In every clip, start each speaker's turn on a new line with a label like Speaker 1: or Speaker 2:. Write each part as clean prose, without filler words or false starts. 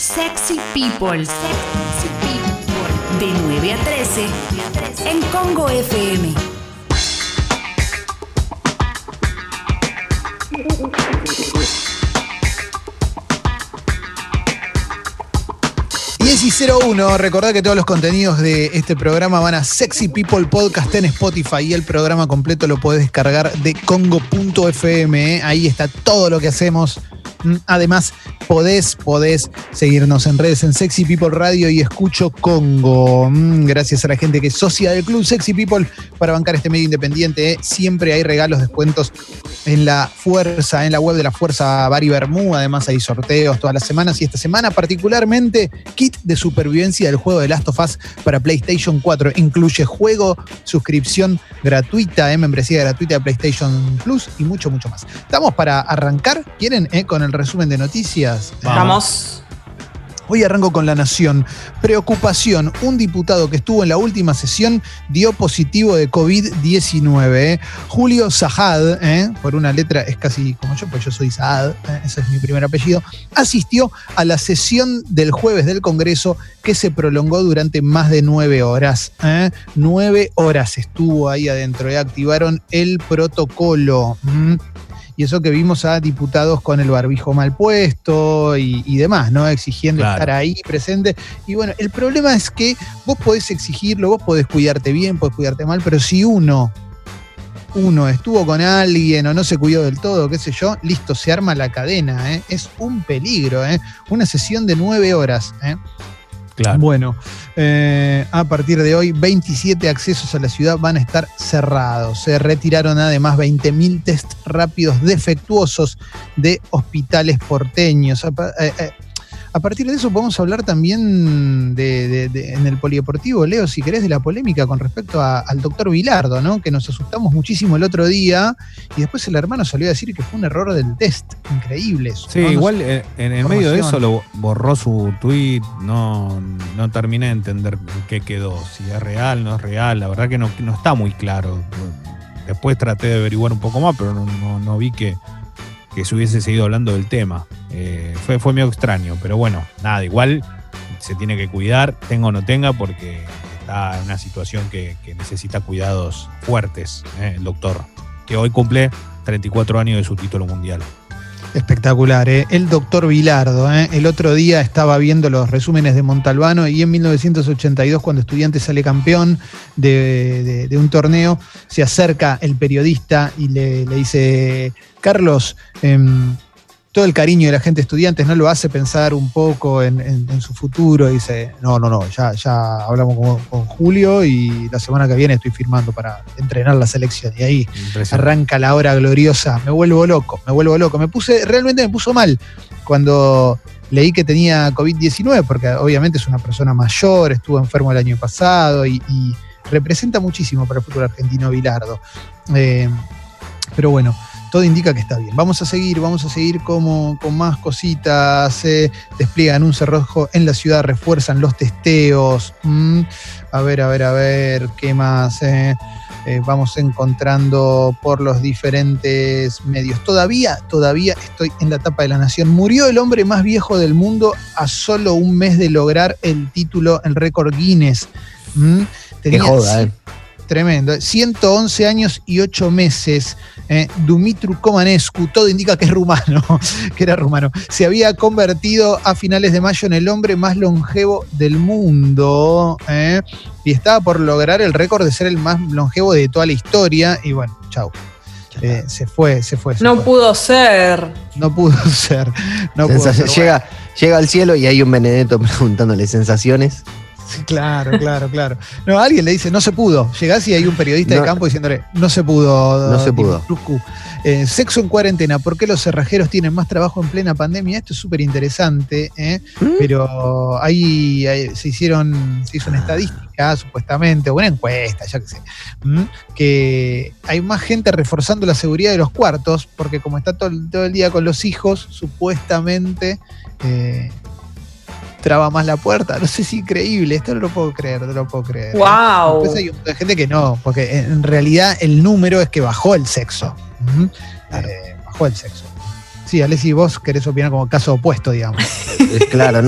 Speaker 1: Sexy People. Sexy People. De 9 a 13 en Congo FM.
Speaker 2: Y 01, recordad que todos los contenidos de este programa van a Sexy People Podcast en Spotify y el programa completo lo podés descargar de congo.fm. Ahí está todo lo que hacemos. Además, podés seguirnos en redes en Sexy People Radio y Escucho Congo. Gracias a la gente que es socia del Club Sexy People para bancar este medio independiente. Siempre hay regalos, descuentos en la Fuerza, en la web de la Fuerza Bari Bermú. Además hay sorteos todas las semanas y esta semana particularmente kit de supervivencia del juego de Last of Us para PlayStation 4. Incluye juego, suscripción gratuita, membresía gratuita de PlayStation Plus y mucho más. Estamos para arrancar. ¿Quieren con el resumen de noticias?
Speaker 3: Vamos.
Speaker 2: Hoy arranco con La Nación. Preocupación. Un diputado que estuvo en la última sesión dio positivo de COVID-19. Julio Saad, por una letra es casi como yo, pues yo soy Saad, ese es mi primer apellido, asistió a la sesión del jueves del Congreso que se prolongó durante más de 9 horas. 9 horas estuvo ahí adentro. Activaron el protocolo. Y eso que vimos a diputados con el barbijo mal puesto y demás, ¿no? Exigiendo estar ahí presente. Y bueno, el problema es que vos podés exigirlo, vos podés cuidarte bien, podés cuidarte mal, pero si uno estuvo con alguien o no se cuidó del todo, qué sé yo, listo, se arma la cadena, Es un peligro, Una sesión de 9 horas, Claro. Bueno, a partir de hoy, 27 accesos a la ciudad van a estar cerrados. Se retiraron además 20.000 test rápidos defectuosos de hospitales porteños. A partir de eso podemos hablar también en el polideportivo, Leo, si querés, de la polémica con respecto al doctor Bilardo, ¿no? Que nos asustamos muchísimo el otro día y después el hermano salió a decir que fue un error del test. Increíble eso.
Speaker 4: Sí, ¿no? Igual en el medio de eso lo borró su tweet, no terminé de entender qué quedó, si es real, no es real, la verdad que no está muy claro. Después traté de averiguar un poco más, pero no vi que se hubiese seguido hablando del tema. Fue medio extraño, pero bueno, nada, igual se tiene que cuidar, tenga o no tenga, porque está en una situación que necesita cuidados fuertes, el doctor, que hoy cumple 34 años de su título mundial.
Speaker 2: Espectacular, el doctor Bilardo. El otro día estaba viendo los resúmenes de Montalbano y en 1982, cuando Estudiantes sale campeón de un torneo, se acerca el periodista y le dice: Carlos, todo el cariño de la gente de Estudiantes no lo hace pensar un poco en su futuro. Y dice: no, ya hablamos con Julio y la semana que viene estoy firmando para entrenar la selección. Y ahí arranca la hora gloriosa. Me vuelvo loco. Realmente me puso mal cuando leí que tenía COVID-19, porque obviamente es una persona mayor, estuvo enfermo el año pasado y representa muchísimo para el fútbol argentino Bilardo. Pero bueno, todo indica que está bien. Vamos a seguir con más cositas. Se despliegan un cerrojo en la ciudad, refuerzan los testeos. A ver, ¿qué más? Vamos encontrando por los diferentes medios. Todavía estoy en la tapa de La Nación. Murió el hombre más viejo del mundo a solo un mes de lograr el título, el récord Guinness.
Speaker 5: Qué joda,
Speaker 2: Tremendo. 111 años y 8 meses. Dumitru Comanescu, todo indica que es rumano, que era rumano. Se había convertido a finales de mayo en el hombre más longevo del mundo. Y estaba por lograr el récord de ser el más longevo de toda la historia. Y bueno, chau. Se fue.
Speaker 3: No pudo ser.
Speaker 5: Llega al cielo y hay un Benedetto preguntándole sensaciones.
Speaker 2: Claro. No, alguien le dice: no se pudo. Llegás y hay un periodista de campo diciéndole: no se pudo. Sexo en cuarentena. ¿Por qué los cerrajeros tienen más trabajo en plena pandemia? Esto es súper interesante, pero ahí se hizo una estadística, supuestamente, o una encuesta, ya que sé, que hay más gente reforzando la seguridad de los cuartos, porque como está todo el día con los hijos, supuestamente traba más la puerta. No sé, es increíble, esto no lo puedo creer.
Speaker 3: ¡Wow!
Speaker 2: Después hay un montón de gente que no, porque en realidad el número es que bajó el sexo. Claro. Bajó el sexo. Sí, Alessi, vos querés opinar como caso opuesto, digamos.
Speaker 5: Claro,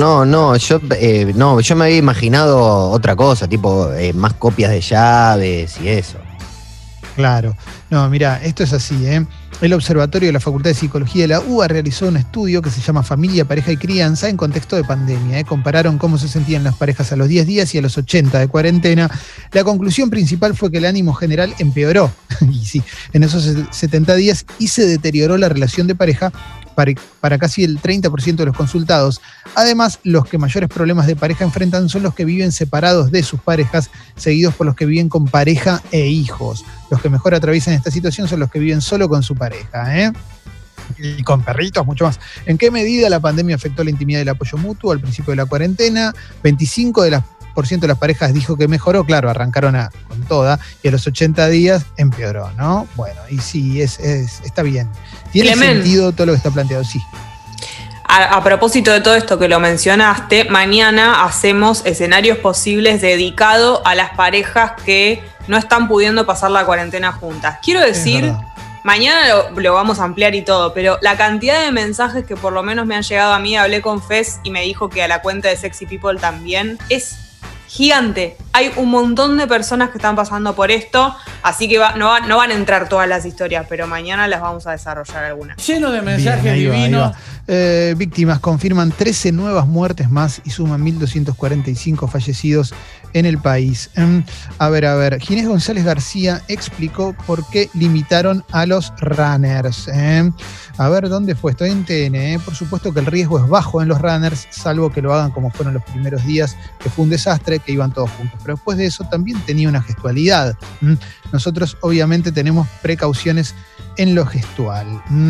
Speaker 5: yo me había imaginado otra cosa, tipo más copias de llaves y eso.
Speaker 2: Claro. No, mira, esto es así, ¿eh? El Observatorio de la Facultad de Psicología de la UBA realizó un estudio que se llama Familia, Pareja y Crianza en contexto de pandemia, ¿eh? Compararon cómo se sentían las parejas a los 10 días y a los 80 de cuarentena. La conclusión principal fue que el ánimo general empeoró, y sí, en esos 70 días, y se deterioró la relación de pareja para casi el 30% de los consultados. Además, los que mayores problemas de pareja enfrentan son los que viven separados de sus parejas, seguidos por los que viven con pareja e hijos. Los que mejor atraviesan esta situación son los que viven solo con su pareja, ¿eh? Y con perritos, mucho más. ¿En qué medida la pandemia afectó la intimidad y el apoyo mutuo al principio de la cuarentena? 25% de las parejas dijo que mejoró, claro, arrancaron con toda, y a los 80 días empeoró, ¿no? Bueno, y sí, está bien. Tiene sentido todo lo que está planteado, sí.
Speaker 3: A propósito de todo esto que lo mencionaste, mañana hacemos escenarios posibles dedicados a las parejas que no están pudiendo pasar la cuarentena juntas. Quiero decir, mañana lo vamos a ampliar y todo, pero la cantidad de mensajes que por lo menos me han llegado a mí, hablé con Fez y me dijo que a la cuenta de Sexy People también, es gigante. Hay un montón de personas que están pasando por esto, así que no van a entrar todas las historias, pero mañana las vamos a desarrollar algunas.
Speaker 6: Lleno de mensajes divinos.
Speaker 2: Víctimas confirman 13 nuevas muertes más y suman 1.245 fallecidos en el país. A ver, Ginés González García explicó por qué limitaron a los runners. A ver, ¿dónde fue? Estoy en TN. Por supuesto que el riesgo es bajo en los runners, salvo que lo hagan como fueron los primeros días, que fue un desastre, que iban todos juntos. Pero después de eso también tenía una gestualidad. Nosotros obviamente tenemos precauciones en lo gestual.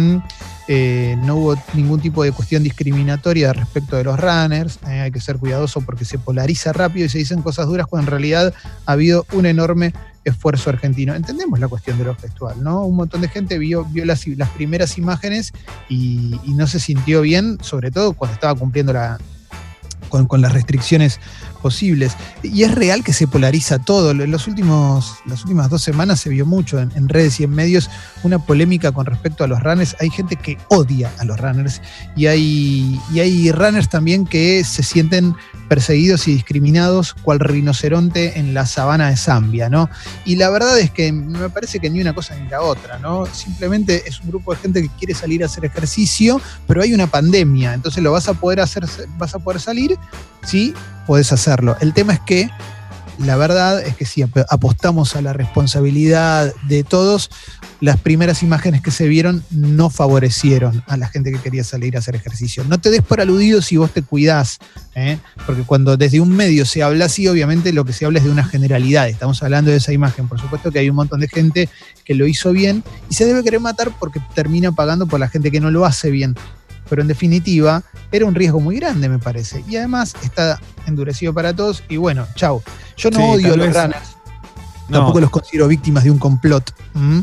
Speaker 2: No hubo ningún tipo de cuestión discriminatoria respecto de los runners. Hay que ser cuidadoso porque se polariza rápido y se dicen cosas duras cuando en realidad ha habido un enorme esfuerzo argentino. Entendemos la cuestión de lo gestual, ¿no? Un montón de gente vio las primeras imágenes y no se sintió bien, sobre todo cuando estaba cumpliendo con las restricciones posibles. Y es real que se polariza todo. En las últimas 2 semanas se vio mucho en redes y en medios una polémica con respecto a los runners. Hay gente que odia a los runners y hay runners también que se sienten perseguidos y discriminados cual rinoceronte en la sabana de Zambia, ¿no? Y la verdad es que me parece que ni una cosa ni la otra, ¿no? Simplemente es un grupo de gente que quiere salir a hacer ejercicio, pero hay una pandemia, entonces vas a poder salir, sí, podés hacerlo. El tema es que la verdad es que si apostamos a la responsabilidad de todos, las primeras imágenes que se vieron no favorecieron a la gente que quería salir a hacer ejercicio. No te des por aludido si vos te cuidás, porque cuando desde un medio se habla así, obviamente lo que se habla es de una generalidad. Estamos hablando de esa imagen. Por supuesto que hay un montón de gente que lo hizo bien y se debe querer matar porque termina pagando por la gente que no lo hace bien. Pero en definitiva era un riesgo muy grande, me parece. Y además está endurecido para todos. Y bueno, chau. Yo no odio a los runners. Tampoco los considero víctimas de un complot.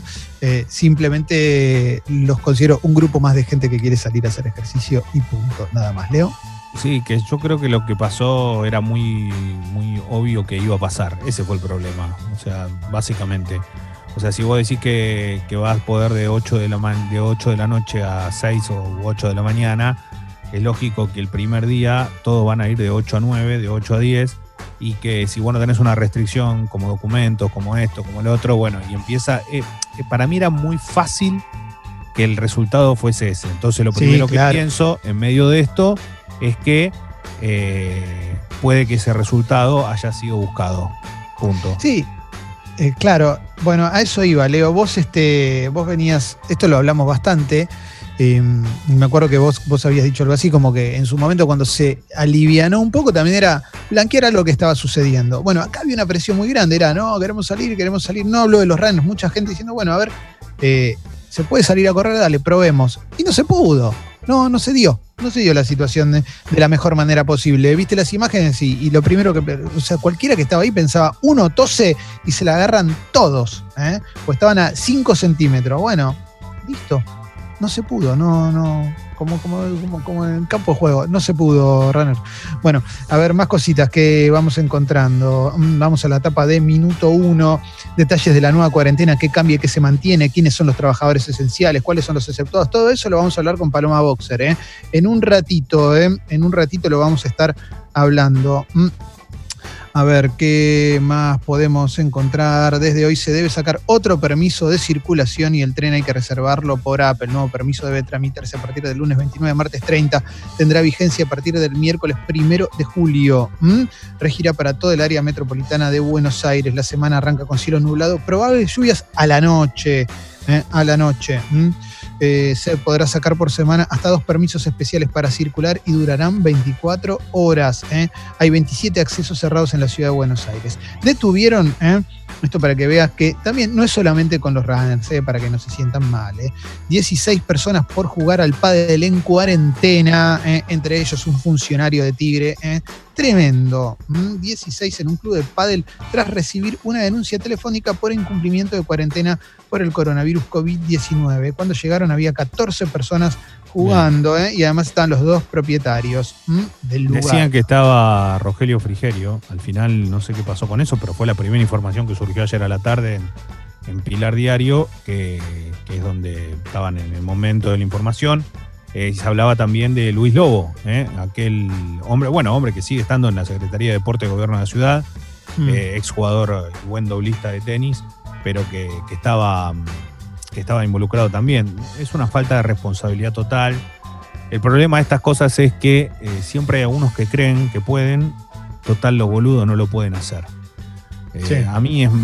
Speaker 2: Simplemente los considero un grupo más de gente que quiere salir a hacer ejercicio y punto. Nada más. ¿Leo?
Speaker 4: Sí, que yo creo que lo que pasó era muy, muy obvio que iba a pasar. Ese fue el problema. O sea, básicamente. O sea, si vos decís que vas a poder de 8 de la noche a 6 o 8 de la mañana, es lógico que el primer día todos van a ir de 8 a 9, de 8 a 10, y que si vos no tenés una restricción como documentos, como esto, como lo otro, bueno, y empieza... para mí era muy fácil que el resultado fuese ese. Entonces lo primero que pienso en medio de esto es que puede que ese resultado haya sido buscado. Punto.
Speaker 2: Sí. Claro, bueno, a eso iba, Leo. Vos venías, esto lo hablamos bastante, me acuerdo que vos habías dicho algo así, como que en su momento cuando se alivianó un poco también era blanquear algo que estaba sucediendo. Bueno, acá había una presión muy grande, era, no, queremos salir, no hablo de los runners, mucha gente diciendo, bueno, a ver, se puede salir a correr, dale, probemos. Y no se pudo, no se dio la situación de la mejor manera posible. Viste las imágenes y lo primero o sea, cualquiera que estaba ahí pensaba, uno tose y se la agarran todos, o estaban a 5 centímetros. Bueno, listo, no se pudo, no como en el campo de juego. No se pudo, Runner. Bueno, a ver, más cositas que vamos encontrando. Vamos a la etapa de minuto 1. Detalles de la nueva cuarentena, qué cambia y qué se mantiene, quiénes son los trabajadores esenciales, cuáles son los exceptuados. Todo eso lo vamos a hablar con Paloma Boxer. En un ratito lo vamos a estar hablando. A ver, ¿qué más podemos encontrar? Desde hoy se debe sacar otro permiso de circulación y el tren hay que reservarlo por app. El nuevo permiso debe tramitarse a partir del lunes 29, martes 30. Tendrá vigencia a partir del miércoles 1 de julio. Regirá para todo el área metropolitana de Buenos Aires. La semana arranca con cielo nublado, probables lluvias a la noche. Se podrá sacar por semana hasta 2 permisos especiales para circular y durarán 24 horas. Hay 27 accesos cerrados en la ciudad de Buenos Aires. Detuvieron, esto para que veas que también no es solamente con los runners, para que no se sientan mal. 16 personas por jugar al pádel en cuarentena, entre ellos un funcionario de Tigre. Tremendo. 16 en un club de pádel tras recibir una denuncia telefónica por incumplimiento de cuarentena por el coronavirus COVID-19. Cuando llegaron había 14 personas jugando, y además estaban los 2 propietarios del lugar.
Speaker 4: Decían que estaba Rogelio Frigerio. Al final no sé qué pasó con eso, pero fue la primera información que surgió ayer a la tarde en Pilar Diario, que es donde estaban en el momento de la información. Se hablaba también de Luis Lobo, aquel hombre que sigue estando en la Secretaría de Deporte y Gobierno de la Ciudad, exjugador y buen doblista de tenis, pero que estaba involucrado también. Es una falta de responsabilidad total. El problema de estas cosas es que siempre hay algunos que creen que pueden, total los boludos no lo pueden hacer. Sí. A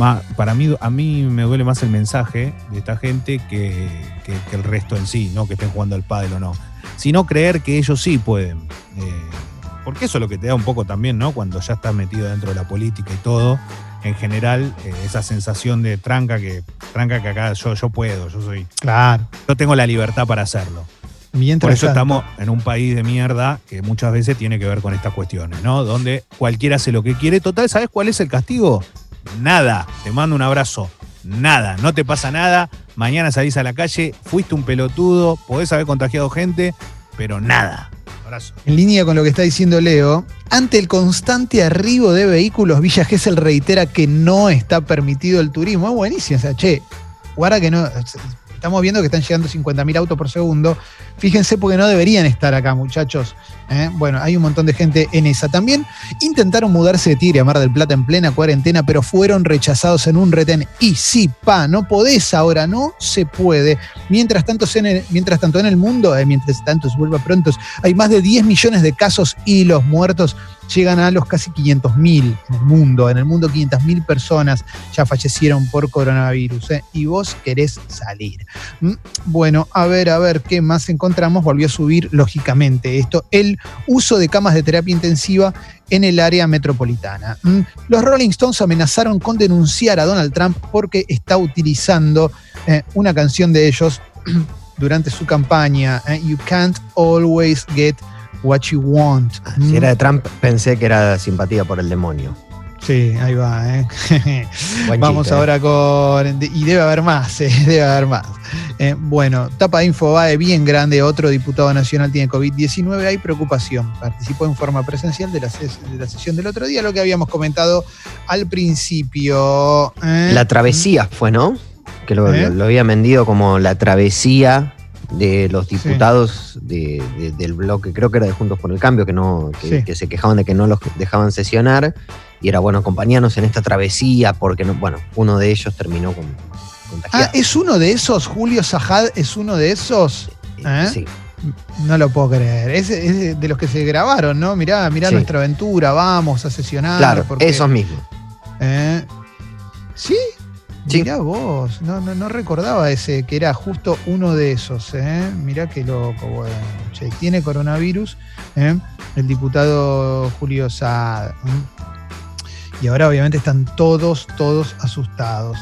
Speaker 4: mí me duele más el mensaje de esta gente que el resto en sí, no que estén jugando al pádel o no, sino creer que ellos sí pueden, porque eso es lo que te da un poco también, ¿no? Cuando ya estás metido dentro de la política y todo, en general, esa sensación de tranca que acá yo puedo, yo tengo la libertad para hacerlo. Por eso estamos en un país de mierda que muchas veces tiene que ver con estas cuestiones, ¿no? Donde cualquiera hace lo que quiere. Total, ¿sabes cuál es el castigo? Nada. Te mando un abrazo. Nada. No te pasa nada. Mañana salís a la calle, fuiste un pelotudo, podés haber contagiado gente, pero nada. Abrazo.
Speaker 2: En línea con lo que está diciendo Leo, ante el constante arribo de vehículos, Villa Gesell reitera que no está permitido el turismo. Es buenísimo. O sea, guarda que no... Estamos viendo que están llegando 50.000 autos por segundo. Fíjense porque no deberían estar acá, muchachos. Bueno, hay un montón de gente en esa. También intentaron mudarse de Tigre a Mar del Plata en plena cuarentena, pero fueron rechazados en un retén. Y sí, no podés ahora, no se puede. Mientras tanto en el mundo, mientras tanto se vuelva pronto, hay más de 10 millones de casos y los muertos llegan a los casi 500.000 en el mundo. En el mundo 500.000 personas ya fallecieron por coronavirus. Y vos querés salir. Bueno, a ver qué más encontramos. Volvió a subir, lógicamente, el uso de camas de terapia intensiva en el área metropolitana. Los Rolling Stones amenazaron con denunciar a Donald Trump porque está utilizando una canción de ellos durante su campaña, You Can't Always Get What You Want.
Speaker 5: Si era de Trump, pensé que era simpatía por el demonio.
Speaker 2: Sí, ahí va. Vamos chiste, ahora con... Y debe haber más, bueno, tapa de Infobae bien grande. Otro diputado nacional tiene COVID-19. Hay preocupación. Participó en forma presencial de la sesión del otro día, lo que habíamos comentado al principio.
Speaker 5: La travesía fue, ¿no? Que lo habían vendido como la travesía de los diputados del bloque, creo que era de Juntos por el Cambio, que se quejaban de que no los dejaban sesionar. Y era, bueno, acompañarnos en esta travesía, porque uno de ellos terminó contagiado.
Speaker 2: ¿Es uno de esos? ¿Julio Sajad es uno de esos?
Speaker 5: Sí.
Speaker 2: No lo puedo creer. Es de los que se grabaron, ¿no? Mirá nuestra aventura, vamos a sesionar.
Speaker 5: Claro, esos mismos.
Speaker 2: ¿Sí? Sí. Mirá vos, no recordaba que era justo uno de esos. Mirá qué loco, bueno. Tiene coronavirus, el diputado Julio Sajad. Y ahora obviamente están todos asustados.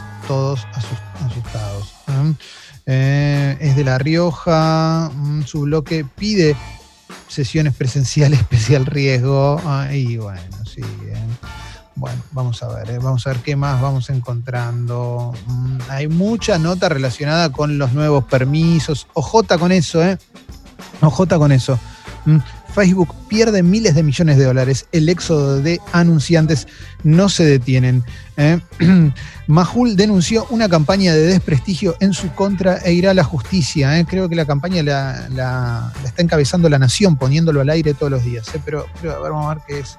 Speaker 2: Es de La Rioja. Su bloque pide sesiones presenciales especial riesgo. Y bueno, sí. Bueno, vamos a ver qué más vamos encontrando. Hay mucha nota relacionada con los nuevos permisos. Ojota con eso, Ojota con eso. Facebook pierde miles de millones de dólares. El éxodo de anunciantes no se detienen. Majul denunció una campaña de desprestigio en su contra e irá a la justicia. Creo que la campaña la está encabezando La Nación, poniéndolo al aire todos los días. Pero a ver, vamos a ver qué es.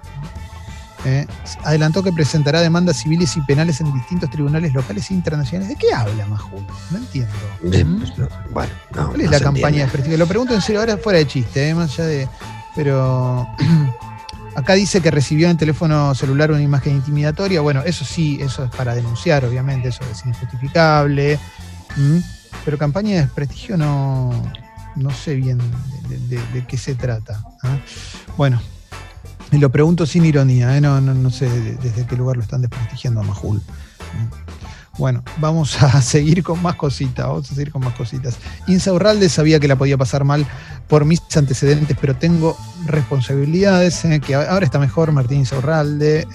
Speaker 2: Adelantó que presentará demandas civiles y penales en distintos tribunales locales e internacionales. ¿De qué habla Majul? No entiendo.
Speaker 5: Bueno, no,
Speaker 2: ¿cuál es la campaña de desprestigio? Lo pregunto en serio, ahora fuera de chiste, más allá de... Pero acá dice que recibió en el teléfono celular una imagen intimidatoria. Bueno, eso sí, eso es para denunciar, obviamente, eso es injustificable. Pero campaña de desprestigio no sé bien de qué se trata. Bueno, y lo pregunto sin ironía, no sé desde qué lugar lo están desprestigiando a Majul. Bueno, vamos a seguir con más cositas. Insaurralde sabía que la podía pasar mal por mis antecedentes, pero tengo responsabilidades, que ahora está mejor Martín Insaurralde.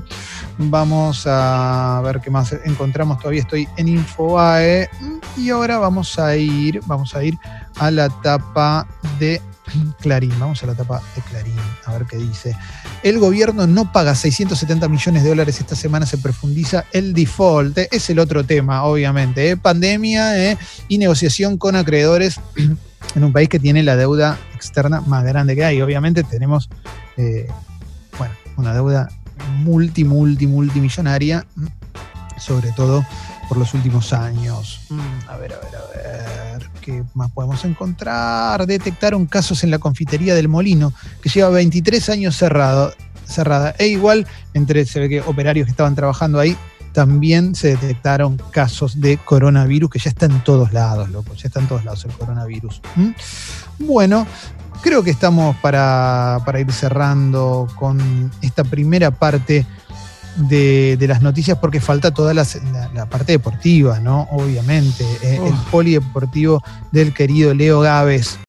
Speaker 2: Vamos a ver qué más encontramos. Todavía estoy en Infobae. Y ahora vamos a ir a la tapa de Clarín. Vamos a la tapa de Clarín, a ver qué dice. El gobierno no paga 670 millones de dólares. Esta semana se profundiza el default. Es el otro tema, obviamente. Pandemia y negociación con acreedores en un país que tiene la deuda externa más grande que hay. Obviamente tenemos una deuda multimillonaria, sobre todo por los últimos años. A ver, ¿qué más podemos encontrar? Detectaron casos en la confitería del Molino, que lleva 23 años cerrada. E igual, se ve que operarios que estaban trabajando ahí, también se detectaron casos de coronavirus, que ya está en todos lados, loco. Ya está en todos lados el coronavirus. Bueno, creo que estamos para ir cerrando con esta primera parte de las noticias, porque falta toda la parte deportiva, ¿no? Obviamente. El polideportivo del querido Leo Gávez.